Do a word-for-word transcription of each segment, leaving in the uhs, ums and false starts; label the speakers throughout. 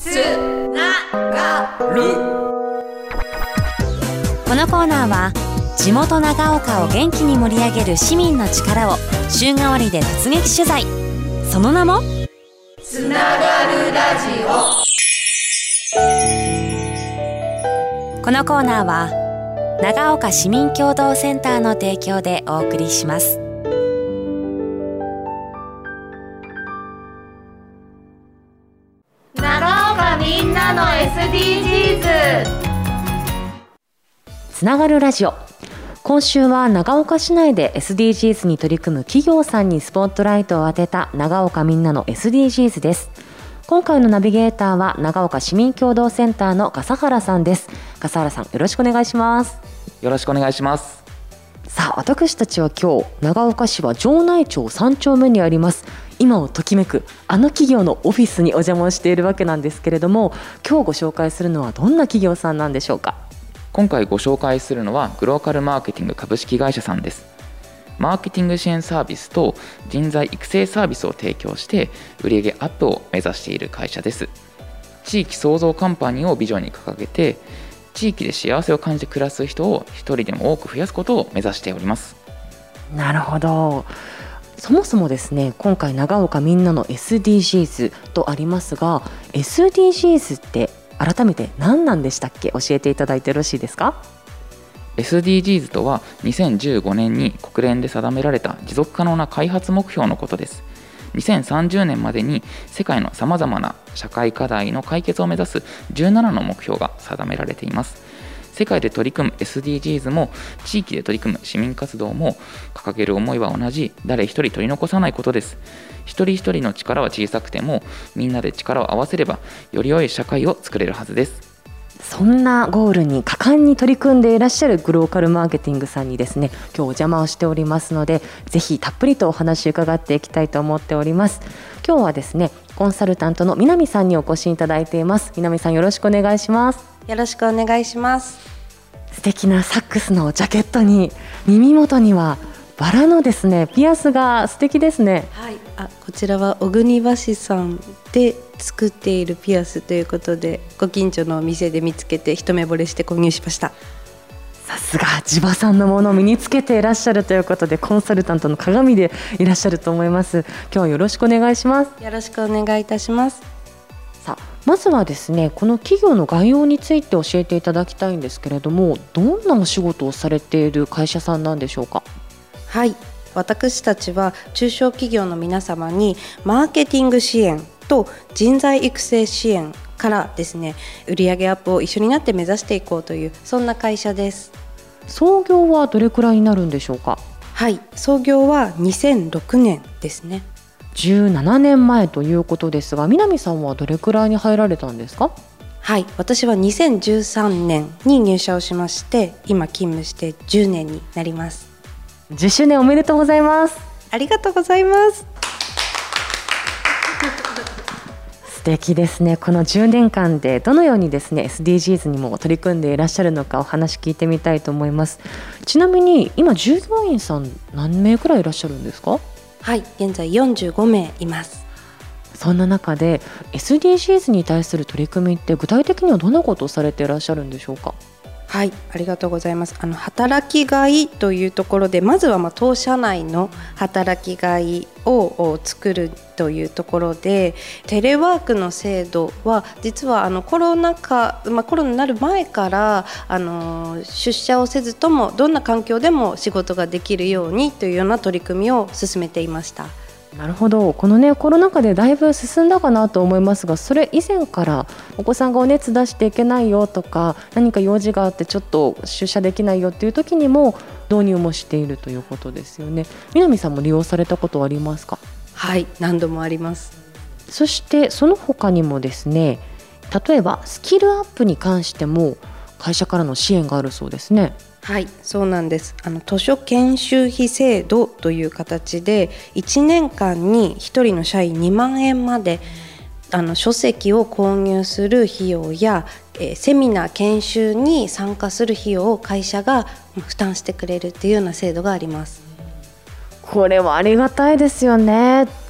Speaker 1: つながる。
Speaker 2: このコーナーは地元長岡を元気に盛り上げる市民の力を週替わりで突撃取材。その名も
Speaker 1: つながるラジオ。
Speaker 2: このコーナーは長岡市民協同センターの提供でお送りします。
Speaker 1: 長岡みんなの エスディージーズ。
Speaker 3: つながるラジオ。今週は長岡市内で エスディージーズ に取り組む企業さんにスポットライトを当てた長岡みんなの エスディージーズ です。今回のナビゲーターは長岡市民協同センターの笠原さんです。笠原さん、よろしくお願いします。
Speaker 4: よろしくお願いします。
Speaker 3: さあ、私たちは今日長岡市は城内町さん丁目にあります今をときめくあの企業のオフィスにお邪魔しているわけなんですけれども、今日ご紹介するのはどんな企業さんなんでしょうか。
Speaker 4: 今回ご紹介するのはグローカルマーケティング株式会社さんです。マーケティング支援サービスと人材育成サービスを提供して売上アップを目指している会社です。地域創造カンパニーをビジョンに掲げて、地域で幸せを感じて暮らす人を一人でも多く増やすことを目指しております。
Speaker 3: なるほど。そもそもですね、今回長岡みんなの エスディージーズ とありますが、 エスディージーズ って改めて何なんでしたっけ。教えていただいてよろしいですか。
Speaker 4: エスディージーズ とはにせんじゅうごねんに国連で定められた持続可能な開発目標のことです。にせんさんじゅうねんまでに世界のさまざまな社会課題の解決を目指すじゅうななの目標が定められています。世界で取り組む エスディージーズ も地域で取り組む市民活動も掲げる思いは同じ、誰一人取り残さないことです。一人一人の力は小さくてもみんなで力を合わせればより良い社会を作れるはずです。
Speaker 3: そんなゴールに果敢に取り組んでいらっしゃるグローカルマーケティングさんにですね、今日お邪魔をしておりますので、ぜひたっぷりとお話伺っていきたいと思っております。今日はですね、コンサルタントの南さんにお越しいただいています。南さん、よろしくお願いします。
Speaker 5: よろしくお願いします。
Speaker 3: 素敵なサックスのジャケットに耳元にはバラのですねピアスが素敵ですね。
Speaker 5: はい、あこちらは小国和紙さんで作っているピアスということで、ご近所のお店で見つけて一目惚れして購入しました。
Speaker 3: さすが地場産のものを身につけていらっしゃるということで、コンサルタントの鏡でいらっしゃると思います。今日はよろしくお願いします。
Speaker 5: よろしくお願いいたします。
Speaker 3: さあ、まずはですね、この企業の概要について教えていただきたいんですけれども、どんなお仕事をされている会社さんなんでしょうか。
Speaker 5: はい、私たちは中小企業の皆様にマーケティング支援と人材育成支援からですね、売上アップを一緒になって目指していこうという、そんな会社です。
Speaker 3: 創業はどれくらいになるんでしょうか。
Speaker 5: はい、創業はにせんろくねんですね。
Speaker 3: じゅうななねんまえということですが、南さんはどれくらいに入られたんですか。
Speaker 5: はい、私はにせんじゅうさんねんに入社をしまして、今勤務してじゅうねんになります。
Speaker 3: じゅっしゅうねんおめでとうございます。
Speaker 5: ありがとうございます。
Speaker 3: 素敵ですね。このじゅうねんかんでどのようにですね エスディージーズ にも取り組んでいらっしゃるのか、お話聞いてみたいと思います。ちなみに今従業員さん何名くらいいらっしゃるんですか。
Speaker 5: はい、現在よんじゅうごめいいます。
Speaker 3: そんな中で エスディージーズ に対する取り組みって具体的にはどんなことをされていらっしゃるんでしょうか。
Speaker 5: はい、ありがとうございます。あの働きがいというところで、まずはまあ当社内の働きがいを作るというところで、テレワークの制度は実はあのコロナ禍、まあ、コロナになる前からあの出社をせずともどんな環境でも仕事ができるようにというような取り組みを進めていました。
Speaker 3: なるほど。このねコロナ禍でだいぶ進んだかなと思いますが、それ以前からお子さんがお熱出していけないよとか、何か用事があってちょっと出社できないよっていう時にも導入もしているということですよね。南さんも利用されたことはありますか。
Speaker 5: はい、何度もあります。
Speaker 3: そしてその他にもですね、例えばスキルアップに関しても会社からの支援があるそうですね。
Speaker 5: はい、そうなんです。あの図書研修費制度という形でいちねんかんにひとりの社員にまんえんまであの書籍を購入する費用や、えー、セミナー研修に参加する費用を会社が負担してくれるっていうような制度があります。
Speaker 3: これはありがたいですよね。結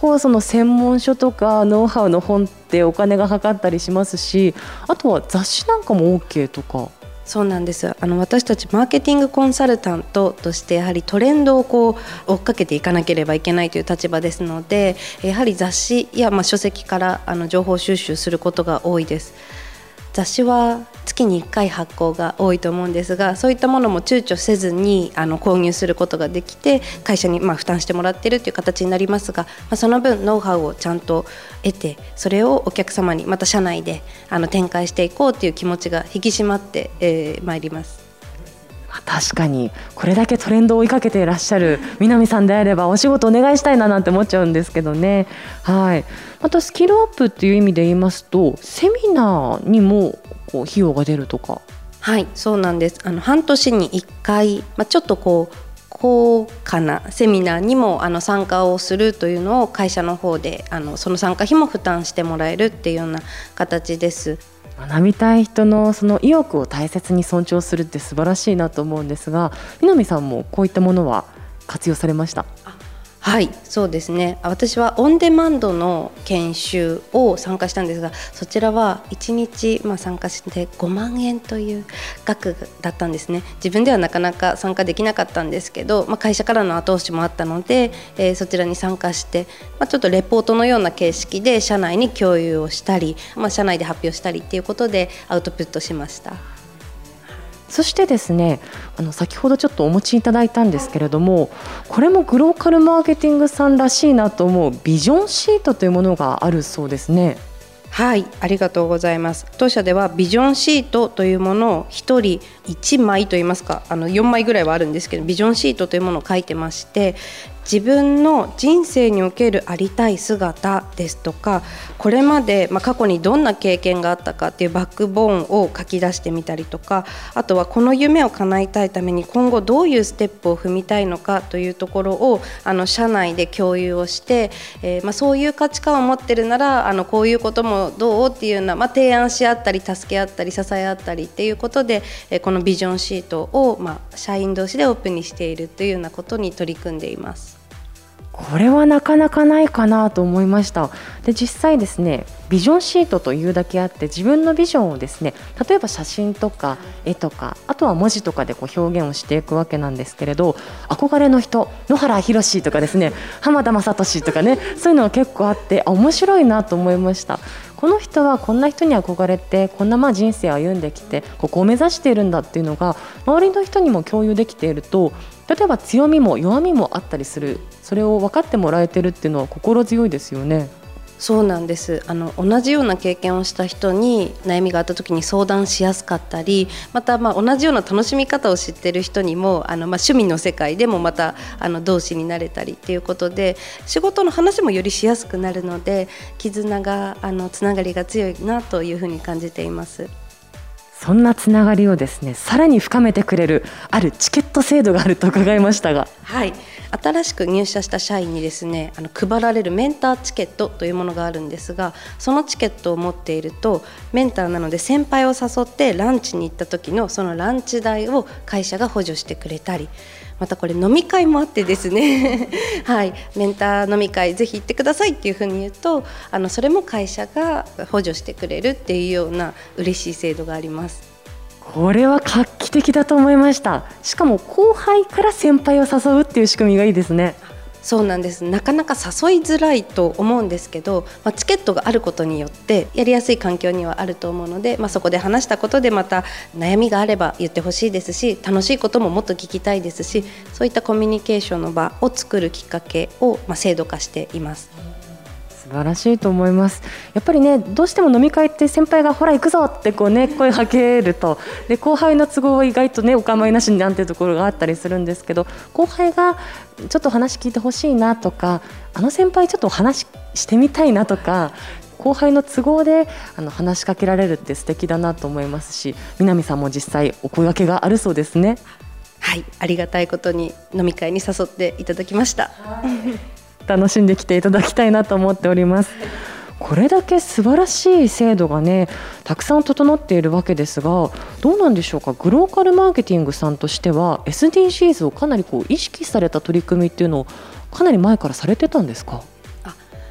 Speaker 3: 構その専門書とかノウハウの本ってお金がかかったりしますし、あとは雑誌なんかも OK とか。
Speaker 5: そうなんです。あの私たちマーケティングコンサルタントとしてやはりトレンドをこう追っかけていかなければいけないという立場ですので、やはり雑誌やまあ書籍からあの情報収集することが多いです。雑誌は月にいっかい発行が多いと思うんですが、そういったものも躊躇せずにあの購入することができて、会社にまあ負担してもらっているという形になりますが、まあ、その分ノウハウをちゃんと得て、それをお客様にまた社内であの展開していこうという気持ちが引き締まってまい、えー、ります。
Speaker 3: 確かにこれだけトレンドを追いかけていらっしゃる南さんであればお仕事お願いしたいななんて思っちゃうんですけどね。はい、またスキルアップっていう意味で言いますと、セミナーにもこう費用が出るとか。
Speaker 5: はい、そうなんです。あの半年にいっかい、まあ、ちょっとこう高価なセミナーにもあの参加をするというのを会社の方であのその参加費も負担してもらえるっていうような形です。
Speaker 3: 学びたい人のその意欲を大切に尊重するって素晴らしいなと思うんですが、南さんもこういったものは活用されました？
Speaker 5: はい、そうですね。私はオンデマンドの研修を参加したんですが、そちらはいちにち、まあ、参加してごまんえんという額だったんですね。自分ではなかなか参加できなかったんですけど、まあ、会社からの後押しもあったので、えー、そちらに参加して、まあ、ちょっとレポートのような形式で社内に共有をしたり、まあ、社内で発表したりということでアウトプットしました。
Speaker 3: そしてですね、あの先ほどちょっとお持ちいただいたんですけれども、これもグローカルマーケティングさんらしいなと思うビジョンシートというものがあるそうですね。
Speaker 5: はい、ありがとうございます。当社ではビジョンシートというものをひとりいちまいといいますか、あのよんまいぐらいはあるんですけど、ビジョンシートというものを書いてまして、自分の人生におけるありたい姿ですとか、これまで、まあ、過去にどんな経験があったかっていうバックボーンを書き出してみたりとか、あとはこの夢を叶えたいために今後どういうステップを踏みたいのかというところをあの社内で共有をして、えーまあ、そういう価値観を持ってるならあのこういうこともどうっていうような、まあ、提案し合ったり助け合ったり支え合ったりっていうことで、えー、このビジョンシートを、まあ、社員同士でオープンにしているというようなことに取り組んでいます。
Speaker 3: これはなかなかないかなと思いました。で、実際ですね、ビジョンシートというだけあって、自分のビジョンをですね、例えば写真とか絵とか、あとは文字とかでこう表現をしていくわけなんですけれど、憧れの人、野原ひしとかですね、浜田雅俊とかね、そういうのが結構あって、あ、面白いなと思いました。この人はこんな人に憧れて、こんなまあ人生を歩んできて、ここを目指しているんだっていうのが周りの人にも共有できていると、例えば強みも弱みもあったりする、それを分かってもらえてるっていうのは心強いですよね。
Speaker 5: そうなんです。あの同じような経験をした人に悩みがあった時に相談しやすかったり、またまあ同じような楽しみ方を知っている人にもあのまあ趣味の世界でもまたあの同志になれたりということで、仕事の話もよりしやすくなるので、絆があのつながりが強いなというふうに感じています。
Speaker 3: そんなつながりをですね、さらに深めてくれるあるチケット制度があると伺いましたが。
Speaker 5: はい、新しく入社した社員にですね、あの配られるメンターチケットというものがあるんですが、そのチケットを持っていると、メンターなので先輩を誘ってランチに行った時のそのランチ代を会社が補助してくれたり、またこれ飲み会もあってですねはい、メンター飲み会ぜひ行ってくださいっていうふうに言うと、あのそれも会社が補助してくれるっていうような嬉しい制度があります。
Speaker 3: これは画期的だと思いました。しかも後輩から先輩を誘うっていう仕組みがいいですね。
Speaker 5: そうなんです。なかなか誘いづらいと思うんですけど、まあ、チケットがあることによってやりやすい環境にはあると思うので、まあ、そこで話したことでまた悩みがあれば言ってほしいですし、楽しいことももっと聞きたいですし、そういったコミュニケーションの場を作るきっかけを、まあ、制度化しています。
Speaker 3: 素晴らしいと思います。やっぱりね、どうしても飲み会って先輩がほら行くぞってこう、ね、声かけると、で後輩の都合は意外とねお構いなしになんていうところがあったりするんですけど、後輩がちょっと話聞いてほしいなとか、あの先輩ちょっと話してみたいなとか、後輩の都合であの話しかけられるって素敵だなと思いますし、南さんも実際お声掛けがあるそうですね。
Speaker 5: はい、ありがたいことに飲み会に誘っていただきました。
Speaker 3: 楽しんできていただきたいなと思っております。これだけ素晴らしい制度がねたくさん整っているわけですが、どうなんでしょうか。グローカルマーケティングさんとしては エスディージーズ をかなりこう意識された取り組みっていうのをかなり前からされてたんですか？
Speaker 5: あ、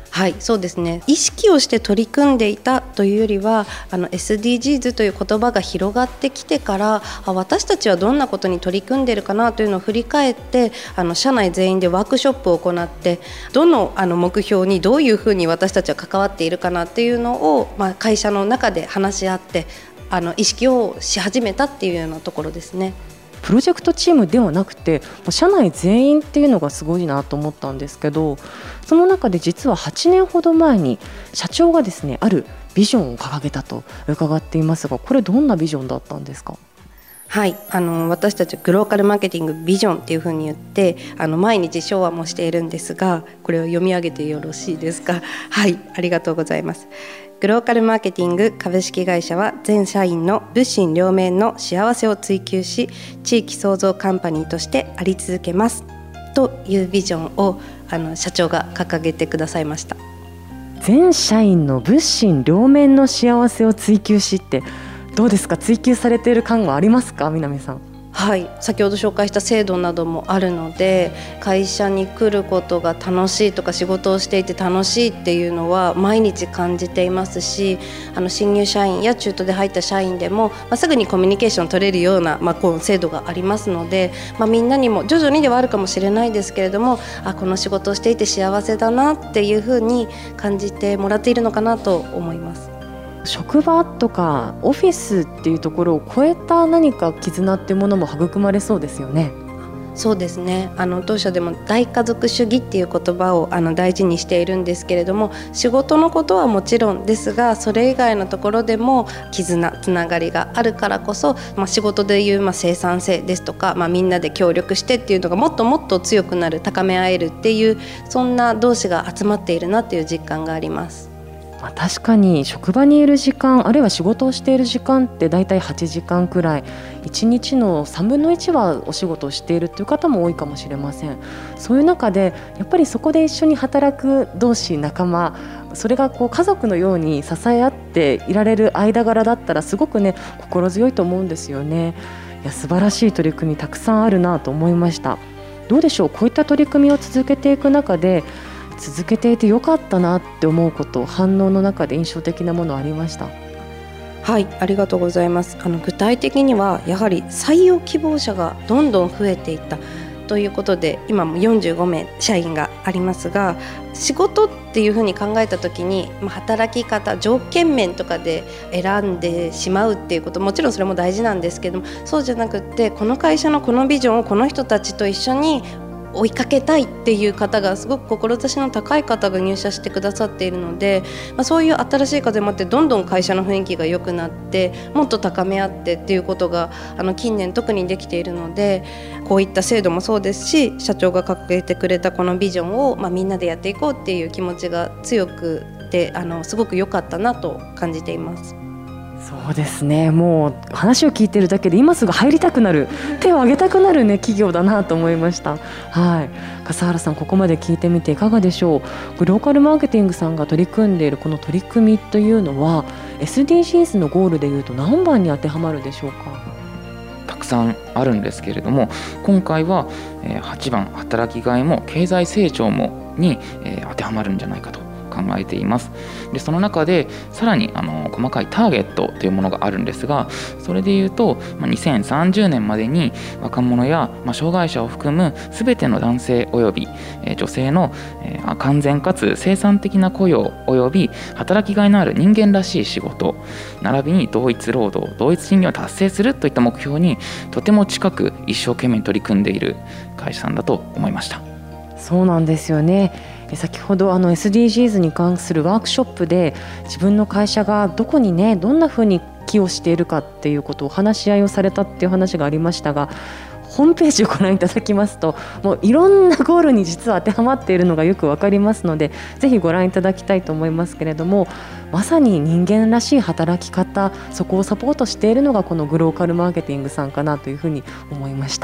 Speaker 5: はい、そうですね。意識をして取り組んでいたというよりは、あの エスディージーズ という言葉が広がってきてから、あ私たちはどんなことに取り組んでいるかなというのを振り返って、あの社内全員でワークショップを行って、どのあの目標にどういうふうに私たちは関わっているかなっていうのを、まあ、会社の中で話し合ってあの意識をし始めたっていうようなところですね。
Speaker 3: プロジェクトチームではなくてもう社内全員っていうのがすごいなと思ったんですけど、その中で実ははちねんほど前に社長がですねあるビジョンを掲げたと伺っていますが、これどんなビジョンだったんですか？
Speaker 5: はい、あの私たちグローカルマーケティングビジョンっていうふうに言ってあの毎日昭和もしているんですが、これを読み上げてよろしいですか？はい、ありがとうございます。グローカルマーケティング株式会社は全社員の物心両面の幸せを追求し、地域創造カンパニーとしてあり続けますというビジョンをあの社長が掲げてくださいました。
Speaker 3: 全社員の物心両面の幸せを追求しってどうですか？追求されている感はありますか？南さん。
Speaker 5: はい、先ほど紹介した制度などもあるので、会社に来ることが楽しいとか仕事をしていて楽しいっていうのは毎日感じていますし、あの新入社員や中途で入った社員でも、まあ、すぐにコミュニケーション取れるような、まあ、こう制度がありますので、まあ、みんなにも徐々にではあるかもしれないですけれども、あこの仕事をしていて幸せだなっていうふうに感じてもらっているのかなと思います。
Speaker 3: 職場とかオフィスっていうところを超えた何か絆っていうものも育まれそうですよね。
Speaker 5: そうですね。あの当社でも大家族主義っていう言葉をあの大事にしているんですけれども、仕事のことはもちろんですが、それ以外のところでも絆つながりがあるからこそ、まあ、仕事でいうまあ生産性ですとか、まあ、みんなで協力してっていうのがもっともっと強くなる、高め合えるっていう、そんな同士が集まっているなっていう実感があります。
Speaker 3: まあ、確かに職場にいる時間、あるいは仕事をしている時間ってだいたいはちじかんくらい、いちにちのさんぶんのいちはお仕事をしているという方も多いかもしれません。そういう中でやっぱりそこで一緒に働く同士、仲間、それがこう家族のように支え合っていられる間柄だったらすごくね心強いと思うんですよね。いや素晴らしい取り組みたくさんあるなと思いました。どうでしょう、こういった取り組みを続けていく中で続けていてよかったなって思うこと、反応の中で印象的なものありました？
Speaker 5: はい、ありがとうございます。あの具体的にはやはり採用希望者がどんどん増えていったということで、今もよんじゅうごめい社員がありますが、仕事っていうふうに考えた時に、まあ、働き方条件面とかで選んでしまうっていうこと、もちろんそれも大事なんですけども、そうじゃなくって、この会社のこのビジョンをこの人たちと一緒に追いかけたいっていう方がすごく志の高い方が入社してくださっているので、まあ、そういう新しい風もあってどんどん会社の雰囲気が良くなってもっと高め合ってっていうことがあの近年特にできているので、こういった制度もそうですし、社長が掲げてくれたこのビジョンを、まあ、みんなでやっていこうっていう気持ちが強くて、あのすごく良かったなと感じています。
Speaker 3: そうですね、もう話を聞いてるだけで今すぐ入りたくなる、手を挙げたくなる、ね、企業だなと思いました。はい、笠原さん、ここまで聞いてみていかがでしょう？グローカルマーケティングさんが取り組んでいるこの取り組みというのは エスディージーズ のゴールでいうと何番に当てはまるでしょうか？
Speaker 4: たくさんあるんですけれども、今回ははちばん働きがいも経済成長もに当てはまるんじゃないかと考えています。でその中でさらにあの細かいターゲットというものがあるんですが、それでいうと、まあ、にせんさんじゅうねんまでに若者や、まあ、障害者を含むすべての男性および、えー、女性の、えー、完全かつ生産的な雇用および働きがいのある人間らしい仕事並びに同一労働同一賃金を達成するといった目標にとても近く一生懸命取り組んでいる会社さんだと思いました。
Speaker 3: そうなんですよね。先ほどあの エスディージーズ に関するワークショップで自分の会社がどこにねどんなふうに寄与しているかっていうことを話し合いをされたっていう話がありましたが、ホームページをご覧いただきますともういろんなゴールに実は当てはまっているのがよくわかりますので、ぜひご覧いただきたいと思いますけれども、まさに人間らしい働き方、そこをサポートしているのがこのグローカルマーケティングさんかなというふうに思いました。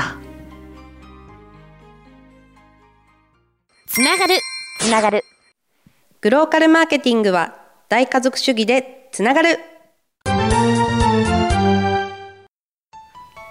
Speaker 2: つながるつながる
Speaker 5: グローカルマーケティングは大家族主義でつながる。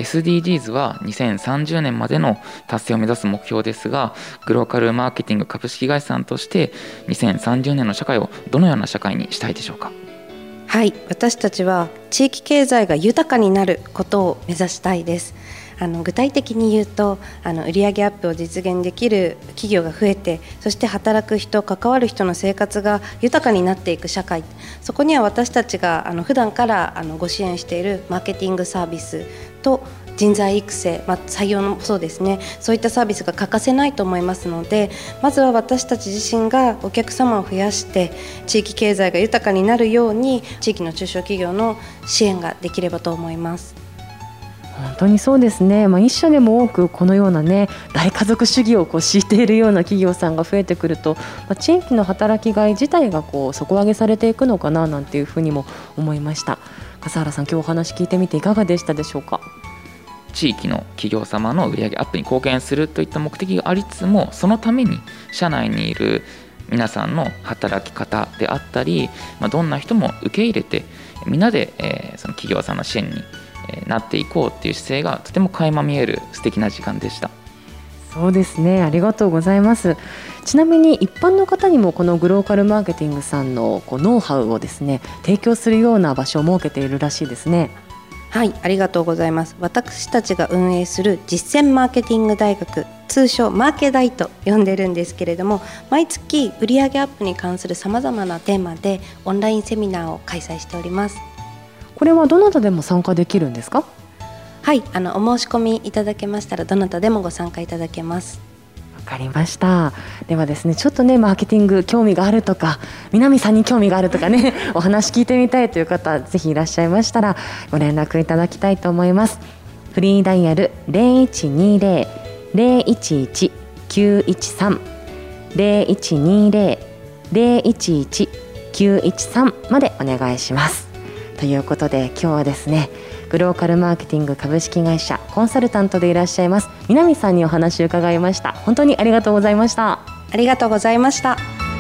Speaker 4: エスディージーズ はにせんさんじゅうねんまでの達成を目指す目標ですが、グローカルマーケティング株式会社さんとしてにせんさんじゅうねんの社会をどのような社会にしたいでしょうか。
Speaker 5: はい、私たちは地域経済が豊かになることを目指したいです。あの具体的に言うと、あの売上アップを実現できる企業が増えて、そして働く人、関わる人の生活が豊かになっていく社会、そこには私たちがあの普段からあのご支援しているマーケティングサービスと人材育成、まあ、採用もそうですね、そういったサービスが欠かせないと思いますので、まずは私たち自身がお客様を増やして地域経済が豊かになるように、地域の中小企業の支援ができればと思います。
Speaker 3: 本当にそうですね、まあ、一社でも多くこのようなね大家族主義をこう敷いているような企業さんが増えてくると、まあ、地域の働きがい自体がこう底上げされていくのかななんていうふうにも思いました。笠原さん、今日お話聞いてみていかがでしたでしょうか。
Speaker 4: 地域の企業様の売上アップに貢献するといった目的がありつつも、そのために社内にいる皆さんの働き方であったり、まあ、どんな人も受け入れてみんなで、えー、その企業さんの支援になっていこうっていう姿勢がとても垣間見える素敵な時間でした。
Speaker 3: そうですね、ありがとうございます。ちなみに一般の方にもこのグローカルマーケティングさんのこうノウハウをですね提供するような場所を設けているらしいですね。
Speaker 5: はい、ありがとうございます。私たちが運営する実践マーケティング大学、通称マーケ大と呼んでるんですけれども、毎月売上アップに関するさまざまなテーマでオンラインセミナーを開催しております。
Speaker 3: これはどなたでも参加できるんですか。
Speaker 5: はい、あのお申し込みいただけましたらどなたでもご参加いただけます。
Speaker 3: わかりました。ではですね、ちょっとねマーケティング興味があるとか、南さんに興味があるとかねお話聞いてみたいという方、ぜひいらっしゃいましたらご連絡いただきたいと思います。フリーダイヤル ゼロいちにゼロ ゼロいちいち きゅういちさん ゼロいちにゼロ ゼロいちいち きゅういちさんまでお願いします。ということで今日はですね、グローカルマーケティング株式会社コンサルタントでいらっしゃいます南さんにお話を伺いました。本当にありがとうございました。
Speaker 5: ありがとうございました。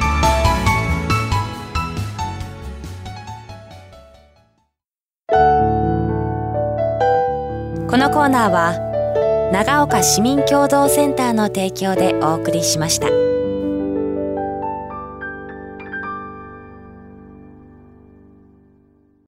Speaker 2: このコーナーは長岡市民協同センターの提供でお送りしました。